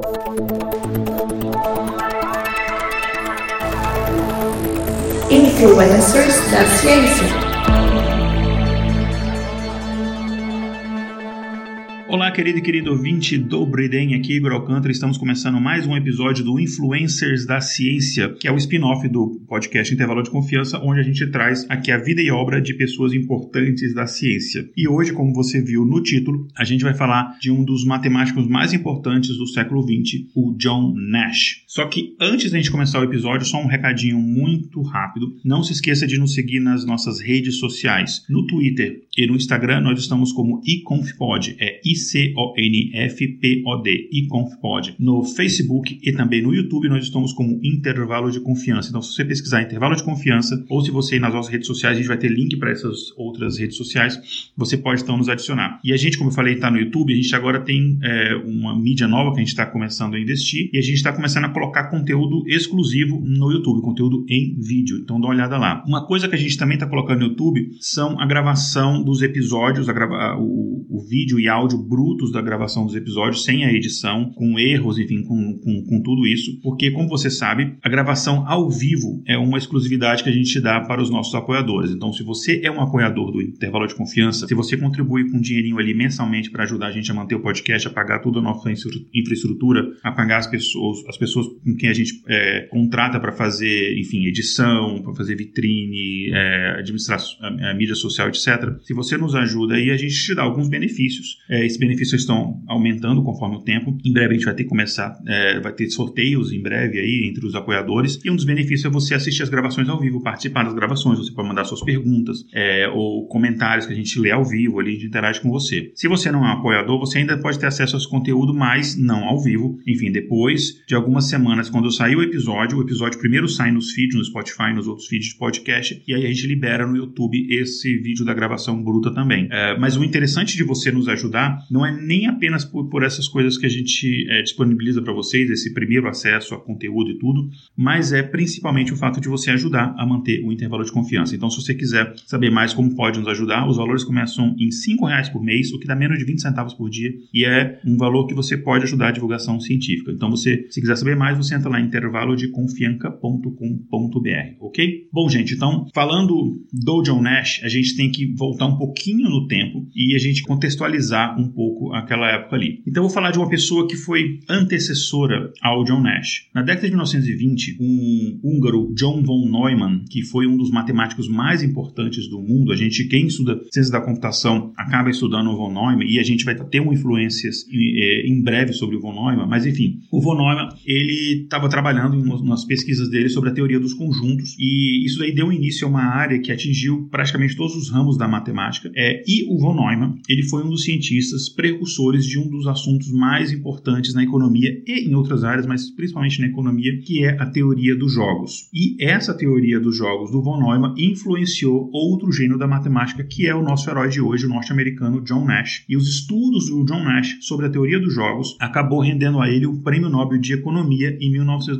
Influencers da ciência. Olá, querido e querido ouvinte, Dobry den, aqui Igor Alcântara. Estamos começando mais um episódio do Influencers da Ciência, que é o spin-off do podcast Intervalo de Confiança, onde a gente traz aqui a vida e obra de pessoas importantes da ciência. E hoje, como você viu no título, a gente vai falar de um dos matemáticos mais importantes do século XX, o John Nash. Só que antes da gente começar o episódio, só um recadinho muito rápido. Não se esqueça de nos seguir nas nossas redes sociais. No Twitter e no Instagram, nós estamos como iconfpod, ICONFPOD, iconfpod. No Facebook e também no YouTube, nós estamos como Intervalo de Confiança. Então, se você pesquisar Intervalo de Confiança, ou se você ir nas nossas redes sociais, a gente vai ter link para essas outras redes sociais, você pode então nos adicionar. E a gente, como eu falei, está no YouTube, a gente agora tem uma mídia nova que a gente está começando a investir, e a gente está começando a colocar conteúdo exclusivo no YouTube, conteúdo em vídeo. Então, dá uma olhada lá. Uma coisa que a gente também está colocando no YouTube são a gravação dos episódios, o vídeo e áudio brutos da gravação dos episódios, sem a edição, com erros, enfim, com tudo isso, porque, como você sabe, a gravação ao vivo é uma exclusividade que a gente dá para os nossos apoiadores. Então, se você é um apoiador do Intervalo de Confiança, se você contribui com um dinheirinho ali mensalmente para ajudar a gente a manter o podcast, a pagar toda a nossa infraestrutura, a pagar as pessoas com quem a gente contrata para fazer, enfim, edição, para fazer vitrine, administrar a mídia social, etc. Se você nos ajuda aí, a gente te dá alguns benefícios. Esses benefícios estão aumentando conforme o tempo. Em breve a gente vai ter que começar, vai ter sorteios em breve aí entre os apoiadores. E um dos benefícios é você assistir as gravações ao vivo, participar das gravações. Você pode mandar suas perguntas ou comentários que a gente lê ao vivo ali, a gente interage com você. Se você não é um apoiador, você ainda pode ter acesso a esse conteúdo, mas não ao vivo. Enfim, depois de algumas semanas, quando sair o episódio primeiro sai nos feeds, no Spotify, nos outros feeds de podcast, e aí a gente libera no YouTube esse vídeo da gravação bruta também. Mas o interessante de você nos ajudar não é nem apenas por essas coisas que a gente disponibiliza para vocês, esse primeiro acesso a conteúdo e tudo, mas é principalmente o fato de você ajudar a manter o Intervalo de Confiança. Então, se você quiser saber mais como pode nos ajudar, os valores começam em R$5 por mês, o que dá menos de 20 centavos por dia, e é um valor que você pode ajudar a divulgação científica. Então, se quiser saber mais, você entra lá em intervalodeconfianca.com.br, ok? Bom, gente, então, falando do John Nash, a gente tem que voltar um pouquinho no tempo e a gente contextualizar um pouco aquela época ali. Então, eu vou falar de uma pessoa que foi antecessora ao John Nash. Na década de 1920, um húngaro, John von Neumann, que foi um dos matemáticos mais importantes do mundo, quem estuda ciência da computação acaba estudando o von Neumann, e a gente vai ter influências em breve sobre o von Neumann, mas enfim, o von Neumann, ele estava trabalhando nas pesquisas dele sobre a teoria dos conjuntos, e isso aí deu início a uma área que atingiu praticamente todos os ramos da matemática, e o von Neumann, ele foi um dos cientistas precursores de um dos assuntos mais importantes na economia e em outras áreas, mas principalmente na economia, que é a teoria dos jogos. E essa teoria dos jogos do von Neumann influenciou outro gênio da matemática, que é o nosso herói de hoje, o norte-americano John Nash. E os estudos do John Nash sobre a teoria dos jogos acabou rendendo a ele o Prêmio Nobel de Economia em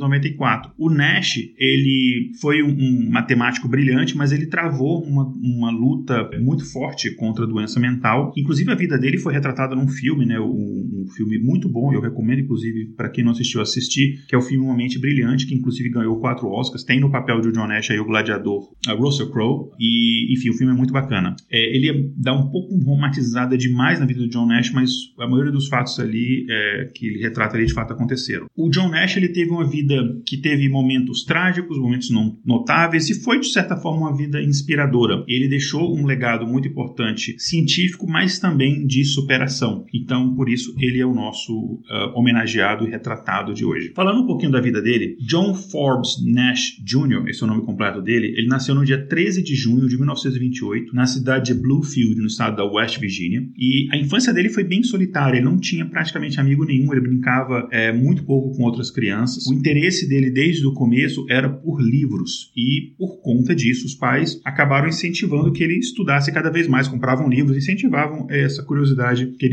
1994. O Nash, ele foi um matemático brilhante, mas ele travou uma luta muito forte contra a doença mental. Inclusive, a vida dele foi retratada num filme, né? Um filme muito bom, eu recomendo, inclusive, para quem não assistiu, assistir, que é o filme Uma Mente Brilhante, que inclusive ganhou 4 Oscars. Tem no papel de John Nash aí o gladiador Russell Crowe, e enfim, o filme é muito bacana. Ele dá um pouco romantizada demais na vida do John Nash, mas a maioria dos fatos ali que ele retrata ali de fato aconteceram. O John Nash, ele teve uma vida que teve momentos trágicos, momentos não notáveis, e foi de certa forma uma vida inspiradora. Ele deixou um legado muito importante científico, mas também de superação. Então, por isso, ele é o nosso homenageado e retratado de hoje. Falando um pouquinho da vida dele, John Forbes Nash Jr., esse é o nome completo dele, ele nasceu no dia 13 de junho de 1928, na cidade de Bluefield, no estado da West Virginia, e a infância dele foi bem solitária, ele não tinha praticamente amigo nenhum, ele brincava muito pouco com outras crianças. O interesse dele desde o começo era por livros, e por conta disso, os pais acabaram incentivando que ele estudasse cada vez mais, compravam livros, incentivavam essa curiosidade que ele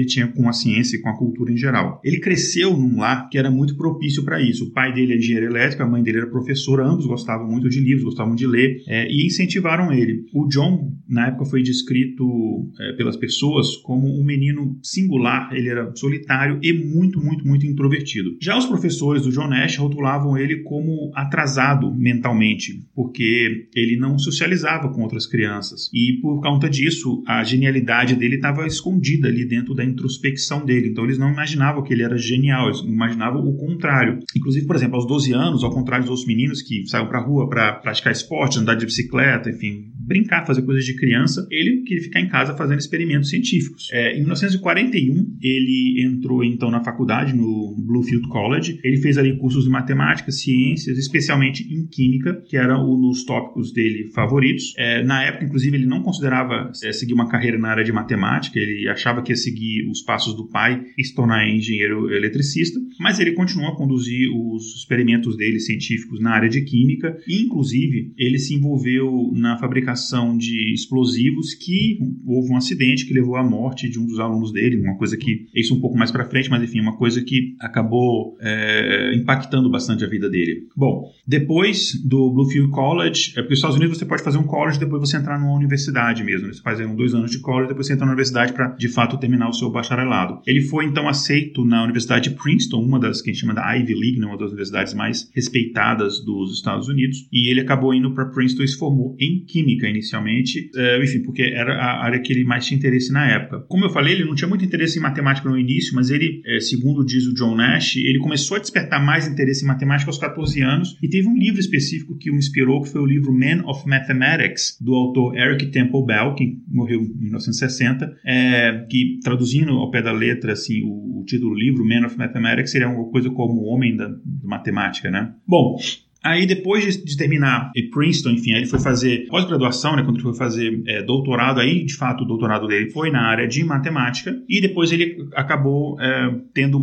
ele tinha com a ciência e com a cultura em geral. Ele cresceu num lar que era muito propício para isso. O pai dele é engenheiro elétrico, a mãe dele era professora, ambos gostavam muito de livros, gostavam de ler e incentivaram ele. O John, na época, foi descrito pelas pessoas como um menino singular, ele era solitário e muito, muito, muito introvertido. Já os professores do John Nash rotulavam ele como atrasado mentalmente, porque ele não socializava com outras crianças. E por conta disso, a genialidade dele estava escondida ali dentro da introspecção dele. Então eles não imaginavam que ele era genial, eles imaginavam o contrário. Inclusive, por exemplo, aos 12 anos, ao contrário dos outros meninos que saíam para a rua para praticar esporte, andar de bicicleta, enfim, brincar, fazer coisas de criança, ele queria ficar em casa fazendo experimentos científicos. Em 1941, ele entrou então na faculdade, no Bluefield College. Ele fez ali cursos de matemática, ciências, especialmente em química, que era um dos tópicos dele favoritos. Na época, inclusive, ele não considerava seguir uma carreira na área de matemática, ele achava que ia seguir os passos do pai e se tornar engenheiro eletricista, mas ele continuou a conduzir os experimentos dele científicos na área de química e, inclusive, ele se envolveu na fabricação de explosivos que houve um acidente que levou à morte de um dos alunos dele, uma coisa que, isso um pouco mais para frente, mas enfim, uma coisa que acabou impactando bastante a vida dele. Bom, depois do Bluefield College, porque nos Estados Unidos você pode fazer um college e depois você entrar numa universidade mesmo, você faz 2 anos de college e depois você entra na universidade para, de fato, terminar o seu bacharelado. Ele foi, então, aceito na Universidade de Princeton, uma das que a gente chama da Ivy League, uma das universidades mais respeitadas dos Estados Unidos, e ele acabou indo para Princeton e se formou em Química inicialmente, enfim, porque era a área que ele mais tinha interesse na época. Como eu falei, ele não tinha muito interesse em matemática no início, mas ele, segundo diz o John Nash, ele começou a despertar mais interesse em matemática aos 14 anos e teve um livro específico que o inspirou, que foi o livro Man of Mathematics, do autor Eric Temple Bell, que morreu em 1960, que, traduzindo ao pé da letra, assim, o título do livro, Man of Mathematics, seria uma coisa como o homem da matemática, né? Bom, aí, depois de terminar em Princeton, enfim, aí ele foi fazer pós-graduação, né, quando ele foi fazer doutorado, aí, de fato, o doutorado dele foi na área de matemática, e depois ele acabou tendo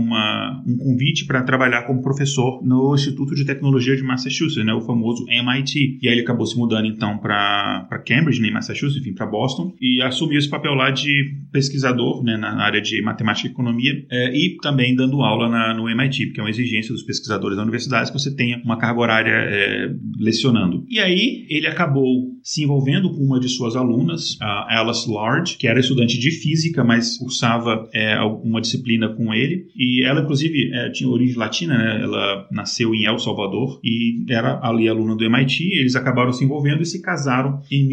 um convite para trabalhar como professor no Instituto de Tecnologia de Massachusetts, né, o famoso MIT. E aí ele acabou se mudando, então, para Cambridge, né, em Massachusetts, enfim, para Boston, e assumiu esse papel lá de pesquisador, né, na área de matemática e economia, e também dando aula no MIT, porque é uma exigência dos pesquisadores da universidade que você tenha uma carga horária lecionando. E aí ele acabou se envolvendo com uma de suas alunas, a Alice Large, que era estudante de física, mas cursava uma disciplina com ele. E ela, inclusive, tinha origem latina, né? Ela nasceu em El Salvador e era ali aluna do MIT. Eles acabaram se envolvendo e se casaram em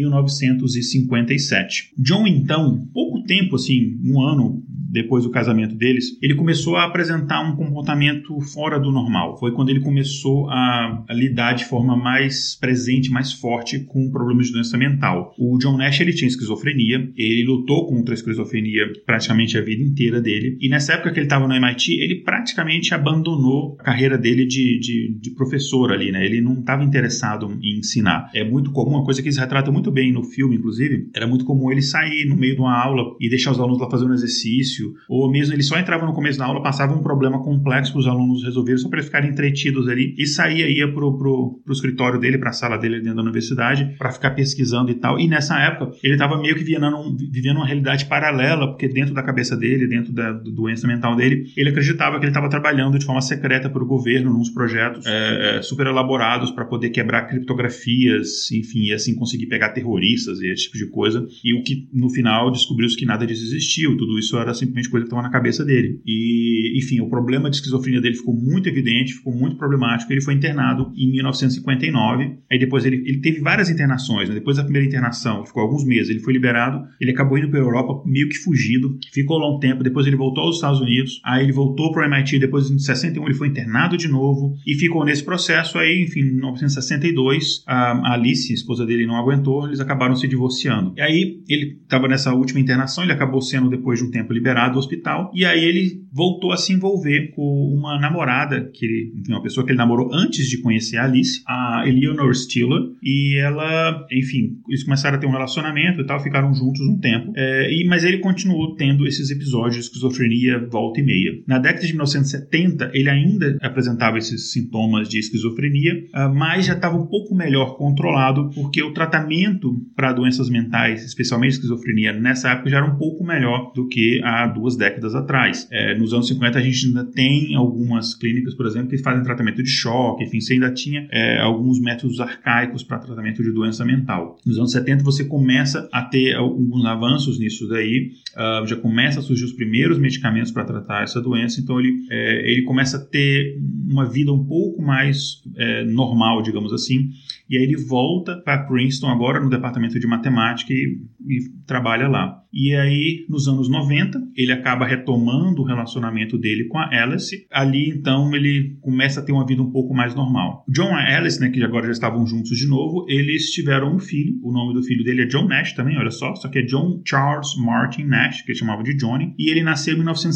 1957. John, então, pouco tempo, assim, 1 ano depois do casamento deles, ele começou a apresentar um comportamento fora do normal. Foi quando ele começou a lidar de forma mais presente, mais forte com problemas de doença mental. O John Nash, ele tinha esquizofrenia, ele lutou contra a esquizofrenia praticamente a vida inteira dele, e nessa época que ele estava no MIT, ele praticamente abandonou a carreira dele de professor ali, né? Ele não estava interessado em ensinar. É muito comum, uma coisa que eles retratam muito bem no filme, inclusive, era muito comum ele sair no meio de uma aula e deixar os alunos lá fazendo um exercício, ou mesmo ele só entrava no começo da aula, passava um problema complexo para os alunos resolverem, só para eles ficarem entretidos ali, e ia pro escritório dele, para a sala dele dentro da universidade, para ficar pesquisando e tal. E nessa época, ele estava meio que vivendo uma realidade paralela, porque dentro da cabeça dele, dentro da doença mental dele, ele acreditava que ele estava trabalhando de forma secreta para o governo, nos projetos super elaborados para poder quebrar criptografias, enfim, e assim conseguir pegar terroristas e esse tipo de coisa. E o que, no final, descobriu-se que nada disso existiu. Tudo isso era simplesmente coisa que estava na cabeça dele. E, enfim, o problema de esquizofrenia dele ficou muito evidente, ficou muito problemático. Ele foi internado em 1959. Aí depois ele teve várias internações, né? Depois da primeira internação, ficou alguns meses, ele foi liberado, ele acabou indo para a Europa meio que fugido, ficou lá um tempo, depois ele voltou aos Estados Unidos, aí ele voltou para o MIT, depois em 61 ele foi internado de novo e ficou nesse processo. Aí, enfim, em 1962, a Alice, a esposa dele, não aguentou, eles acabaram se divorciando. E aí ele estava nessa última internação, ele acabou sendo, depois de um tempo, liberado do hospital, e aí ele voltou a se envolver com uma namorada, uma pessoa que ele namorou antes de conhecer a Alice, a Eleanor Stiller, e ela, enfim, eles começaram a ter um relacionamento e tal, ficaram juntos um tempo, mas ele continuou tendo esses episódios de esquizofrenia volta e meia. Na década de 1970, ele ainda apresentava esses sintomas de esquizofrenia, mas já estava um pouco melhor controlado, porque o tratamento para doenças mentais, especialmente esquizofrenia, nessa época já era um pouco melhor do que a 2 décadas atrás. Nos anos 50 a gente ainda tem algumas clínicas, por exemplo, que fazem tratamento de choque, enfim, você ainda tinha alguns métodos arcaicos para tratamento de doença mental. Nos anos 70 você começa a ter alguns avanços nisso daí, já começa a surgir os primeiros medicamentos para tratar essa doença, então ele começa a ter uma vida um pouco mais normal, digamos assim, e aí ele volta para Princeton agora no departamento de matemática e trabalha lá. E aí, nos anos 90, ele acaba retomando o relacionamento dele com a Alice. Ali, então, ele começa a ter uma vida um pouco mais normal. John e Alice, né, que agora já estavam juntos de novo, eles tiveram um filho. O nome do filho dele é John Nash também, olha só que é John Charles Martin Nash, que ele chamava de Johnny. E ele nasceu em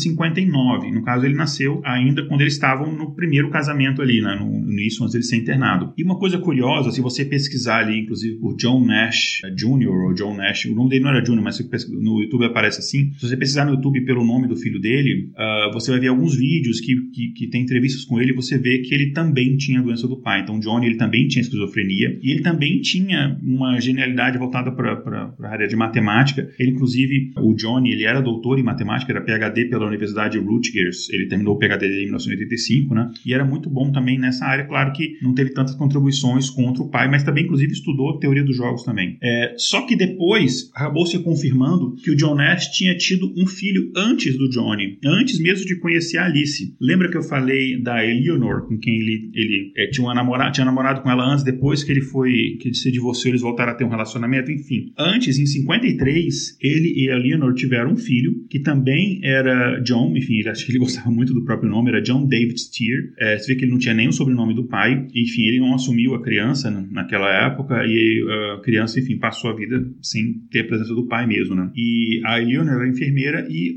1959. No caso, ele nasceu ainda quando eles estavam no primeiro casamento ali, né, no início, antes de ele ser internado. E uma coisa curiosa, se você pesquisar ali, inclusive, por John Nash Jr. ou John Nash, o nome dele não era Jr., mas no YouTube aparece assim. Se você pesquisar no YouTube pelo nome do filho dele, você vai ver alguns vídeos que tem entrevistas com ele e você vê que ele também tinha a doença do pai. Então, Johnny, ele também tinha esquizofrenia e ele também tinha uma genialidade voltada para a área de matemática. Ele, inclusive, o Johnny, ele era doutor em matemática, era PhD pela Universidade Rutgers. Ele terminou o PhD dele em 1985, né? E era muito bom também nessa área. Claro que não teve tantas contribuições contra o pai, mas também, inclusive, estudou teoria dos jogos também. Só que depois acabou se confirmando que o John Nash tinha tido um filho antes do Johnny, antes mesmo de conhecer a Alice. Lembra que eu falei da Eleanor, com quem ele tinha namorado com ela antes, depois que ele se divorciou, eles voltaram a ter um relacionamento, enfim. Antes, em 53, ele e a Eleanor tiveram um filho, que também era John, enfim, acho que ele gostava muito do próprio nome, era John David Steer. Você vê que ele não tinha nem o sobrenome do pai, enfim, ele não assumiu a criança naquela época, e a criança, enfim, passou a vida sem ter a presença do pai mesmo, né? E a Eleanor era enfermeira e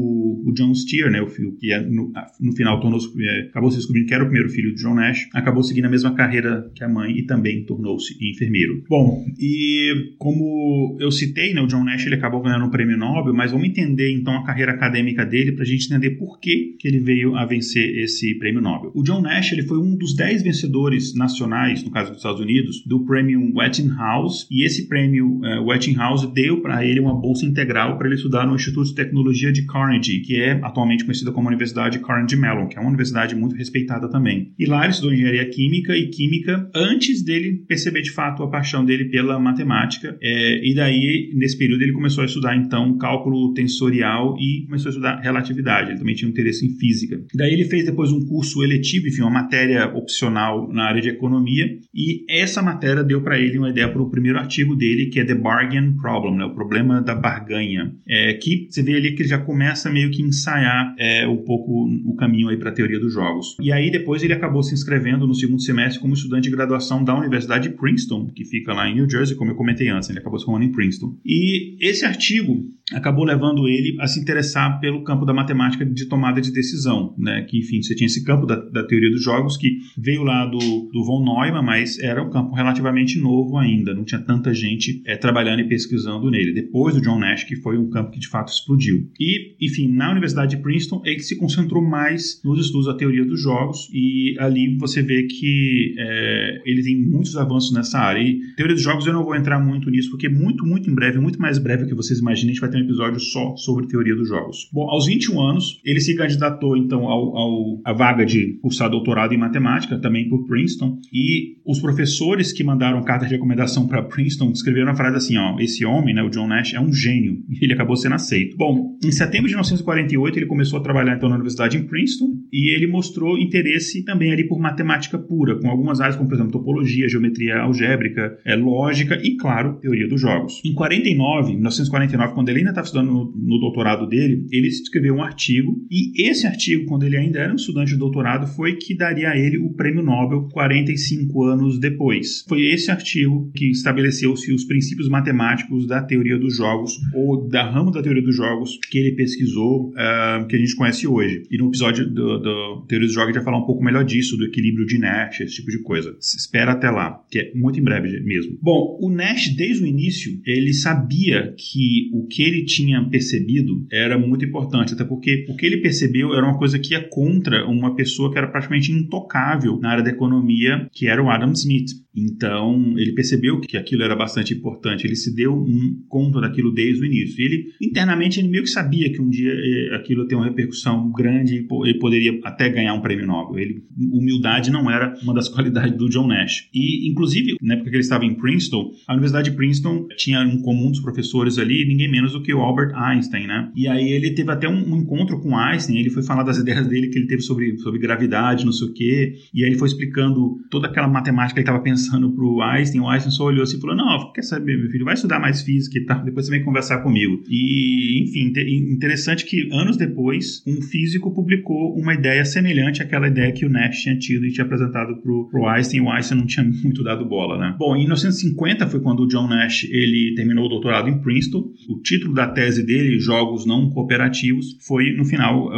o John Steer, né, o filho que no final acabou se descobrindo que era o primeiro filho de John Nash, acabou seguindo a mesma carreira que a mãe e também tornou-se enfermeiro. Bom, e como eu citei, né, o John Nash ele acabou ganhando um prêmio Nobel, mas vamos entender então a carreira acadêmica dele para a gente entender por que ele veio a vencer esse prêmio Nobel. O John Nash ele foi um dos 10 vencedores nacionais, no caso dos Estados Unidos, do prêmio Westinghouse, e esse prêmio Westinghouse deu para ele uma bolsa integral para ele estudar no Instituto de Tecnologia de Carnegie, que é atualmente conhecida como Universidade Carnegie Mellon, que é uma universidade muito respeitada também. E lá ele estudou engenharia química e química antes dele perceber de fato a paixão dele pela matemática, e daí nesse período ele começou a estudar então cálculo tensorial e começou a estudar relatividade. Ele também tinha um interesse em física. Daí ele fez depois um curso eletivo, enfim, uma matéria opcional na área de economia, e essa matéria deu para ele uma ideia para o primeiro artigo dele, que é The Bargain Problem, né, o problema da barganha, que você vê ali que ele já começa meio que ensaiar um pouco o caminho aí para a teoria dos jogos. E aí depois ele acabou se inscrevendo no segundo semestre como estudante de graduação da Universidade de Princeton, que fica lá em New Jersey, como eu comentei antes, ele acabou se formando em Princeton. E esse artigo acabou levando ele a se interessar pelo campo da matemática de tomada de decisão, né? Que, enfim, você tinha esse campo da teoria dos jogos que veio lá do von Neumann, mas era um campo relativamente novo ainda, não tinha tanta gente trabalhando e pesquisando nele. Depois do John Nash, que foi um campo que de fato explodiu. E, enfim, na Universidade de Princeton, ele se concentrou mais nos estudos da teoria dos jogos, e ali você vê que ele tem muitos avanços nessa área. E teoria dos jogos eu não vou entrar muito nisso, porque muito em breve, muito mais breve do que vocês imaginem, a gente vai ter um episódio só sobre teoria dos jogos. Bom, aos 21 anos, ele se candidatou então à vaga de cursar doutorado em matemática, também por Princeton, e os professores que mandaram carta de recomendação para Princeton escreveram uma frase assim, esse homem, né, o John Nash, é um gênio, e ele acabou sendo aceito. Bom, em setembro de 1948, ele começou a trabalhar então na Universidade em Princeton, e ele mostrou interesse também ali por matemática pura, com algumas áreas como, por exemplo, topologia, geometria algébrica, lógica e, claro, teoria dos jogos. Em 1949, quando ele ainda estava estudando no doutorado dele, ele escreveu um artigo, e esse artigo, quando ele ainda era um estudante de doutorado, foi que daria a ele o prêmio Nobel 45 anos depois. Foi esse artigo que estabeleceu-se os princípios matemáticos da teoria dos jogos, ou da ramo da teoria dos jogos que ele pesquisou, que a gente conhece hoje. E no episódio do Teoria dos Jogos a gente vai falar um pouco melhor disso, do equilíbrio de Nash, esse tipo de coisa. Se espera até lá, que é muito em breve mesmo. Bom, o Nash, desde o início, ele sabia que o que ele ele tinha percebido era muito importante, até porque o que ele percebeu era uma coisa que ia contra uma pessoa que era praticamente intocável na área da economia, que era o Adam Smith. Então, ele percebeu que aquilo era bastante importante, ele se deu conta daquilo desde o início. E ele, internamente, ele meio que sabia que um dia aquilo ia ter uma repercussão grande e ele poderia até ganhar um prêmio Nobel. Humildade não era uma das qualidades do John Nash. E, inclusive, na época que ele estava em Princeton, a Universidade de Princeton tinha um comum dos professores ali, ninguém menos do que o Albert Einstein, né? E aí ele teve até um encontro com Einstein, ele foi falar das ideias dele que ele teve sobre gravidade, não sei o quê, e aí ele foi explicando toda aquela matemática que ele estava pensando pro Einstein. O Einstein só olhou assim e falou: não, quer saber, meu filho, vai estudar mais física e tal, depois você vem conversar comigo. E, enfim, interessante que anos depois, um físico publicou uma ideia semelhante àquela ideia que o Nash tinha tido e tinha apresentado pro Einstein. O Einstein não tinha muito dado bola, né? Bom, em 1950 foi quando o John Nash ele terminou o doutorado em Princeton. O título da tese dele, Jogos Não Cooperativos, foi, no final,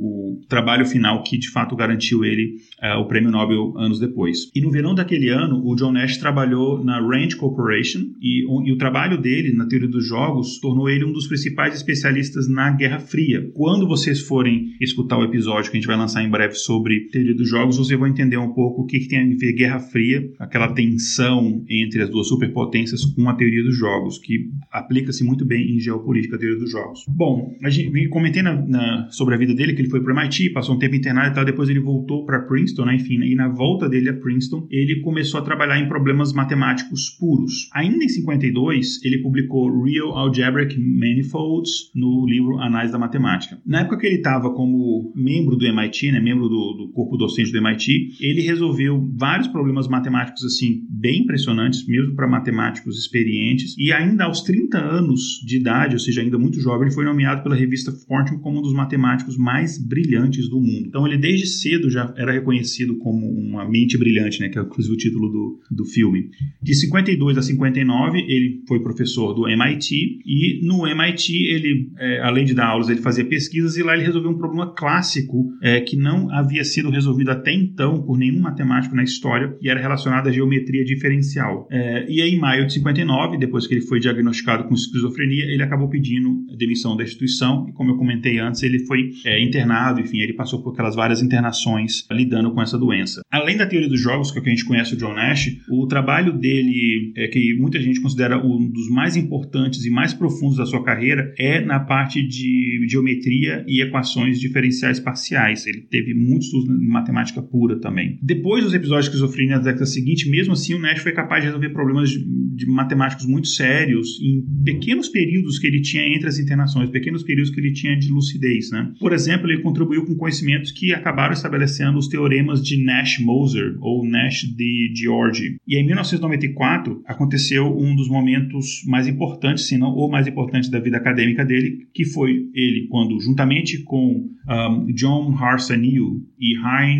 o trabalho final que, de fato, garantiu ele o prêmio Nobel anos depois. E no verão daquele ano, o John Nash trabalhou na Rand Corporation e o trabalho dele na teoria dos jogos tornou ele um dos principais especialistas na Guerra Fria. Quando vocês forem escutar o episódio que a gente vai lançar em breve sobre teoria dos jogos, vocês vão entender um pouco o que tem a ver Guerra Fria, aquela tensão entre as duas superpotências com a teoria dos jogos, que aplica-se muito bem em geopolítica, a teoria dos jogos. Bom, comentei sobre a vida dele, que ele foi para o MIT, passou um tempo internado e tal, depois ele voltou para Princeton, né? Enfim, e na volta dele a Princeton, ele começou a trabalhar em problemas matemáticos puros. Ainda em 52, ele publicou Real Algebraic Manifolds no livro Análise da Matemática. Na época que ele estava como membro do MIT, né, membro do corpo docente do MIT, ele resolveu vários problemas matemáticos assim bem impressionantes, mesmo para matemáticos experientes, e ainda aos 30 anos de idade, ou seja, ainda muito jovem, ele foi nomeado pela revista Fortune como um dos matemáticos mais brilhantes do mundo. Então ele desde cedo já era reconhecido como uma mente brilhante, né, que é inclusive o título do filme. De 52 a 59, ele foi professor do MIT, e no MIT ele, além de dar aulas, ele fazia pesquisas, e lá ele resolveu um problema clássico que não havia sido resolvido até então por nenhum matemático na história, e era relacionado à geometria diferencial. E aí, em maio de 59, depois que ele foi diagnosticado com esquizofrenia, ele acabou pedindo demissão da instituição, e como eu comentei antes, ele foi internado, enfim, ele passou por aquelas várias internações lidando com essa doença. Além da teoria dos jogos, que é o que a gente conhece o John Nash, o trabalho dele, que muita gente considera um dos mais importantes e mais profundos da sua carreira, é na parte de geometria e equações diferenciais parciais. Ele teve muitos estudos em matemática pura também. Depois dos episódios de esquizofrenia na década seguinte, mesmo assim, o Nash foi capaz de resolver problemas de matemáticos muito sérios em pequenos períodos que ele tinha entre as internações, pequenos períodos que ele tinha de lucidez, né? Por exemplo, ele contribuiu com conhecimentos que acabaram estabelecendo os teoremas de Nash-Moser ou Nash de George. E em 1994 aconteceu um dos momentos mais importantes, se não o mais importante da vida acadêmica dele, que foi ele quando, juntamente com John Harsanil e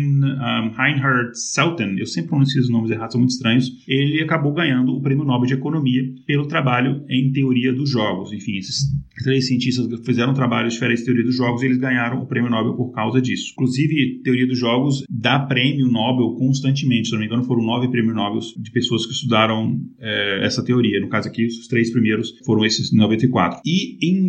Reinhard Selten, eu sempre pronuncio os nomes errados, são muito estranhos, ele acabou ganhando o Prêmio Nobel de Economia pelo trabalho em teoria dos jogos. Enfim, esses três cientistas fizeram trabalhos diferentes em teoria dos jogos e eles ganharam o Prêmio Nobel por causa disso. Inclusive, teoria dos jogos dá prêmio Nobel constantemente. Se não me engano, foram 9 prêmios Nobel de pessoas que estudaram essa teoria. No caso aqui, os 3 primeiros foram esses em 94. E em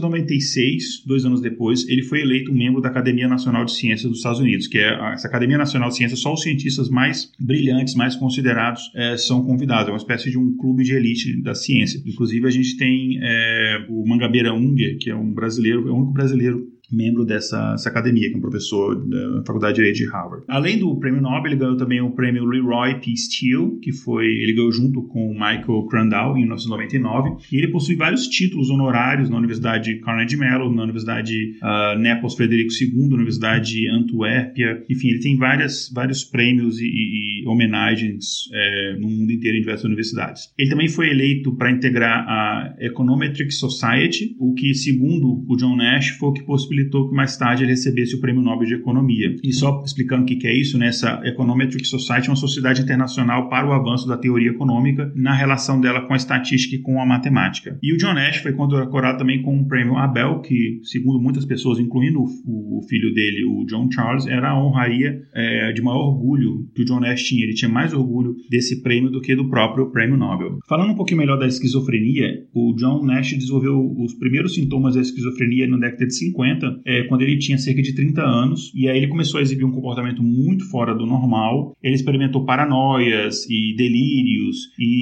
1996, 2 anos depois, ele foi eleito um membro da Academia Nacional de Ciências dos Estados Unidos, que é essa Academia Nacional de Ciências, só os cientistas mais brilhantes, mais considerados são convidados. É uma espécie de um clube de elite da ciência. Inclusive, a gente tem o Mangabeira Unger, que é um brasileiro, é o único brasileiro membro dessa academia, que é um professor da Faculdade de Direito de Harvard. Além do prêmio Nobel, ele ganhou também o prêmio Leroy P. Steele, que ele ganhou junto com o Michael Crandall em 1999, e ele possui vários títulos honorários na Universidade Carnegie Mellon, na Universidade Naples Frederico II, na Universidade Antuérpia, enfim, ele tem vários prêmios e homenagens no mundo inteiro em diversas universidades. Ele também foi eleito para integrar a Econometric Society, o que, segundo o John Nash, foi o que possibilitou possibilitou que mais tarde ele recebesse o Prêmio Nobel de Economia. E só explicando o que é isso, né, essa Econometric Society é uma sociedade internacional para o avanço da teoria econômica na relação dela com a estatística e com a matemática. E o John Nash foi condecorado também com o Prêmio Abel, que, segundo muitas pessoas, incluindo o filho dele, o John Charles, era a honraria de maior orgulho que o John Nash tinha. Ele tinha mais orgulho desse prêmio do que do próprio Prêmio Nobel. Falando um pouquinho melhor da esquizofrenia, o John Nash desenvolveu os primeiros sintomas da esquizofrenia na década de 50, quando ele tinha cerca de 30 anos, e aí ele começou a exibir um comportamento muito fora do normal. Ele experimentou paranoias e delírios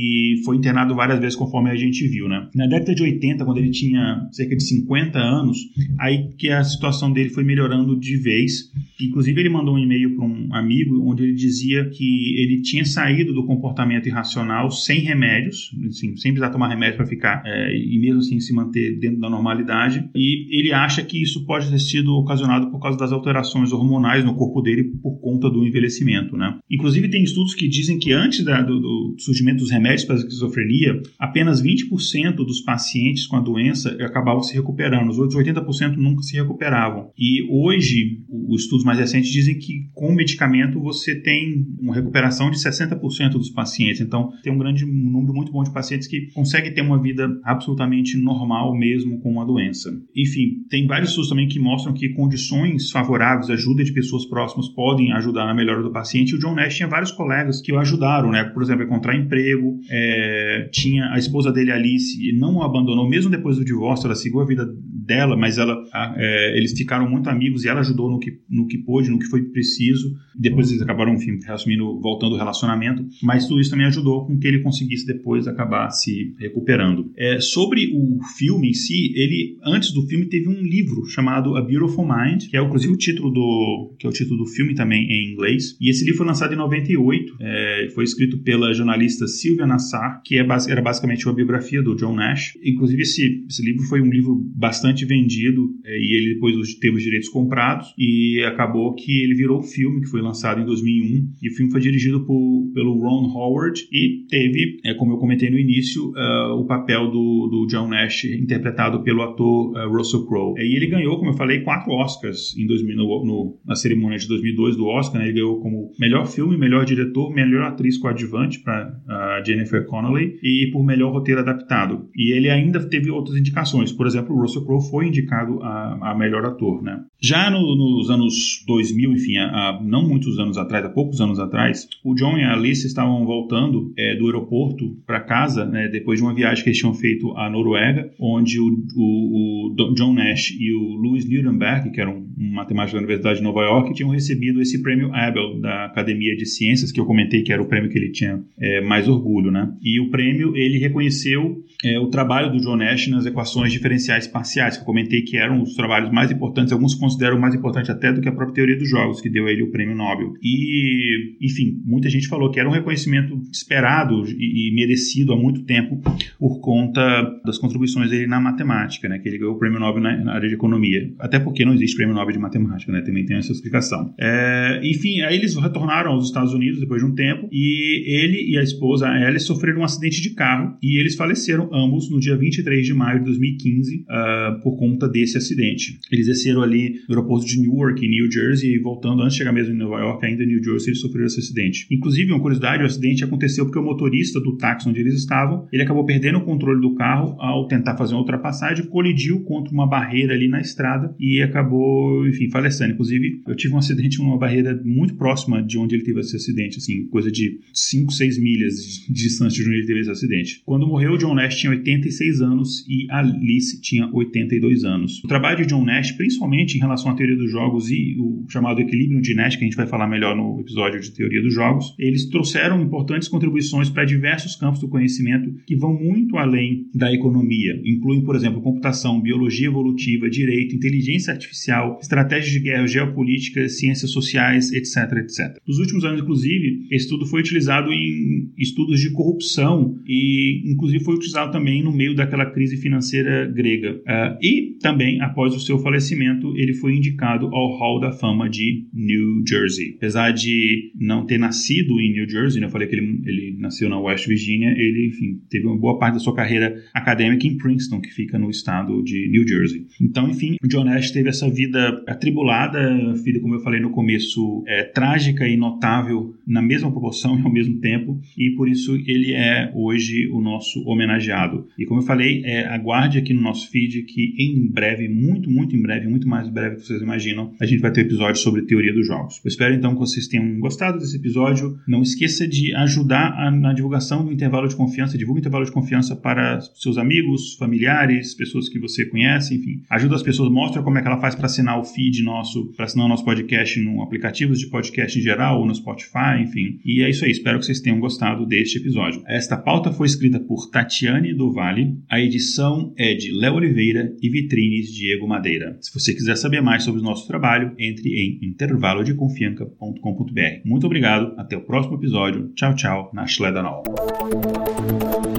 e foi internado várias vezes, conforme a gente viu, né? Na década de 80, quando ele tinha cerca de 50 anos, aí que a situação dele foi melhorando de vez. Inclusive, ele mandou um e-mail para um amigo onde ele dizia que ele tinha saído do comportamento irracional sem remédios, assim, sem precisar tomar remédio para ficar, e mesmo assim se manter dentro da normalidade. E ele acha que isso pode ter sido ocasionado por causa das alterações hormonais no corpo dele por conta do envelhecimento, né? Inclusive, tem estudos que dizem que antes do surgimento dos remédios para a esquizofrenia, apenas 20% dos pacientes com a doença acabavam se recuperando. Os outros 80% nunca se recuperavam. E hoje, os estudos mais recentes dizem que com o medicamento você tem uma recuperação de 60% dos pacientes. Então, tem um número muito bom de pacientes que conseguem ter uma vida absolutamente normal mesmo com uma doença. Enfim, tem vários estudos também que mostram que condições favoráveis, ajuda de pessoas próximas podem ajudar na melhora do paciente. O John Nash tinha vários colegas que o ajudaram, né? Por exemplo, a encontrar emprego. Tinha a esposa dele, Alice, não o abandonou, mesmo depois do divórcio, ela seguiu a vida dela, mas eles ficaram muito amigos e ela ajudou no que pôde, no que foi preciso. Depois eles acabaram, enfim, voltando ao relacionamento, mas tudo isso também ajudou com que ele conseguisse depois acabar se recuperando. Sobre o filme em si, ele, antes do filme, teve um livro chamado A Beautiful Mind, que é inclusive o título do filme também em inglês, e esse livro foi lançado em 98, foi escrito pela jornalista Sylvia Nassar, que era basicamente uma biografia do John Nash. Inclusive esse livro foi um livro bastante vendido, e ele depois teve os direitos comprados, e acabou que ele virou filme, que foi lançado em 2001, e o filme foi dirigido pelo Ron Howard, e teve, como eu comentei no início, o papel do John Nash interpretado pelo ator Russell Crowe. E ele ganhou, como eu falei, 4 Oscars em 2000, na cerimônia de 2002 do Oscar, né? Ele ganhou como melhor filme, melhor diretor, melhor atriz coadjuvante para Jennifer Connelly e por melhor roteiro adaptado. E ele ainda teve outras indicações. Por exemplo, o Russell Crowe foi indicado a melhor ator, né? Já nos anos 2000, enfim, há não muitos anos atrás, há poucos anos atrás, o John e a Alice estavam voltando do aeroporto para casa, né, depois de uma viagem que eles tinham feito à Noruega, onde o John Nash e o Louis Nudenberg, que era um matemático da Universidade de Nova York, tinham recebido esse prêmio Abel da Academia de Ciências, que eu comentei que era o prêmio que ele tinha mais orgulho, né? E o prêmio, ele reconheceu o trabalho do John Nash nas equações diferenciais parciais, que eu comentei que eram os trabalhos mais importantes, alguns consideram mais importante até do que a própria teoria dos jogos, que deu a ele o prêmio Nobel. E, enfim, muita gente falou que era um reconhecimento esperado e merecido há muito tempo por conta das contribuições dele na matemática, né? Que ele ganhou o prêmio Nobel na área de economia. Até porque não existe prêmio Nobel de matemática, né? Também tem essa explicação. Enfim, aí eles retornaram aos Estados Unidos depois de um tempo e ele e a esposa, a Alice, sofreram um acidente de carro e eles faleceram ambos no dia 23 de maio de 2015 por conta desse acidente. Eles desceram ali no aeroporto de Newark, em New Jersey, e voltando, antes de chegar mesmo em Nova York, ainda em New Jersey, eles sofreram esse acidente. Inclusive, uma curiosidade, o acidente aconteceu porque o motorista do táxi onde eles estavam, ele acabou perdendo o controle do carro ao tentar fazer uma ultrapassagem, colidiu contra uma barreira ali na estrada e acabou, enfim, falecendo. Inclusive, eu tive um acidente numa barreira muito próxima de onde ele teve esse acidente, assim, coisa de 5, 6 milhas de distância de onde ele teve esse acidente. Quando morreu, o John Nash tinha 86 anos e a Alice tinha 82 anos. O trabalho de John Nash, principalmente em relação à teoria dos jogos e o chamado equilíbrio de Nash, que a gente vai falar melhor no episódio de teoria dos jogos, eles trouxeram importantes contribuições para diversos campos do conhecimento que vão muito além da economia. Incluem, por exemplo, computação, biologia evolutiva, direito, inteligência artificial, estratégias de guerra, geopolítica, ciências sociais, etc, etc. Nos últimos anos, inclusive, esse estudo foi utilizado em estudos de corrupção e, inclusive, foi utilizado também no meio daquela crise financeira grega. E também, após o seu falecimento, ele foi indicado ao Hall da Fama de New Jersey. Apesar de não ter nascido em New Jersey, né, eu falei que ele nasceu na West Virginia, ele, enfim, teve uma boa parte da sua carreira acadêmica em Princeton, que fica no estado de New Jersey. Então, enfim, O John Nash teve essa vida atribulada, vida, como eu falei no começo, trágica e notável na mesma proporção e ao mesmo tempo, e por isso ele é hoje o nosso homenageado. E como eu falei, aguarde aqui no nosso feed que em breve, muito em breve, muito mais breve do que vocês imaginam, a gente vai ter um episódio sobre teoria dos jogos. Eu espero então que vocês tenham gostado desse episódio. Não esqueça de ajudar na divulgação do intervalo de confiança. Divulga o intervalo de confiança para seus amigos, familiares, pessoas que você conhece, enfim. Ajuda as pessoas, mostra como é que ela faz para assinar o feed nosso, para assinar o nosso podcast no aplicativos de podcast em geral ou no Spotify, enfim. E é isso aí, espero que vocês tenham gostado deste episódio. Esta pauta foi escrita por Tatiane do Vale, a edição é de Léo Oliveira e vitrines Diego Madeira. Se você quiser saber mais sobre o nosso trabalho, entre em intervalodeconfianca.com.br. Muito obrigado, até o próximo episódio. Tchau, tchau, na Schledanol.